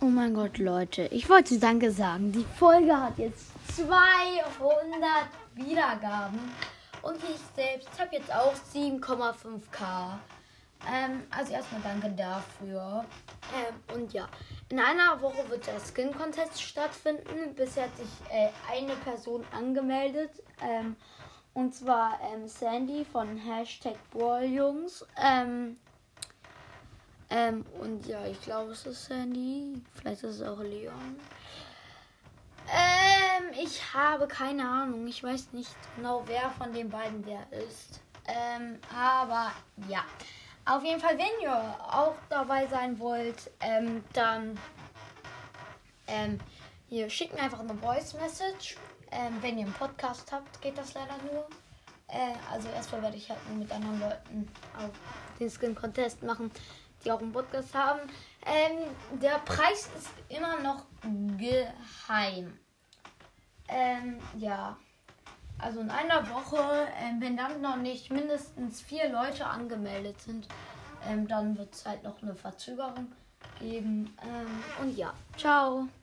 Oh mein Gott, Leute, ich wollte Danke sagen. Die Folge hat jetzt 200 Wiedergaben und ich selbst habe jetzt auch 7,5k. Also erstmal danke dafür. Und ja, in einer Woche wird der Skin Contest stattfinden. Bisher hat sich eine Person angemeldet. Und zwar Sandy von #BrawlJungs. Und ja, ich glaube, es ist Sandy. Vielleicht ist es auch Leon. Ich habe keine Ahnung. Ich weiß nicht genau, wer von den beiden wer ist. Aber ja. Auf jeden Fall, wenn ihr auch dabei sein wollt, dann hier schicken einfach eine Voice Message. Wenn ihr einen Podcast habt, geht das leider nur. Also erstmal werde ich halt nur mit anderen Leuten auch den Skin Contest machen, die auch einen Podcast haben. Der Preis ist immer noch geheim. Ja. Also in einer Woche, wenn dann noch nicht mindestens 4 Leute angemeldet sind, dann wird es halt noch eine Verzögerung geben. Und ja, ciao.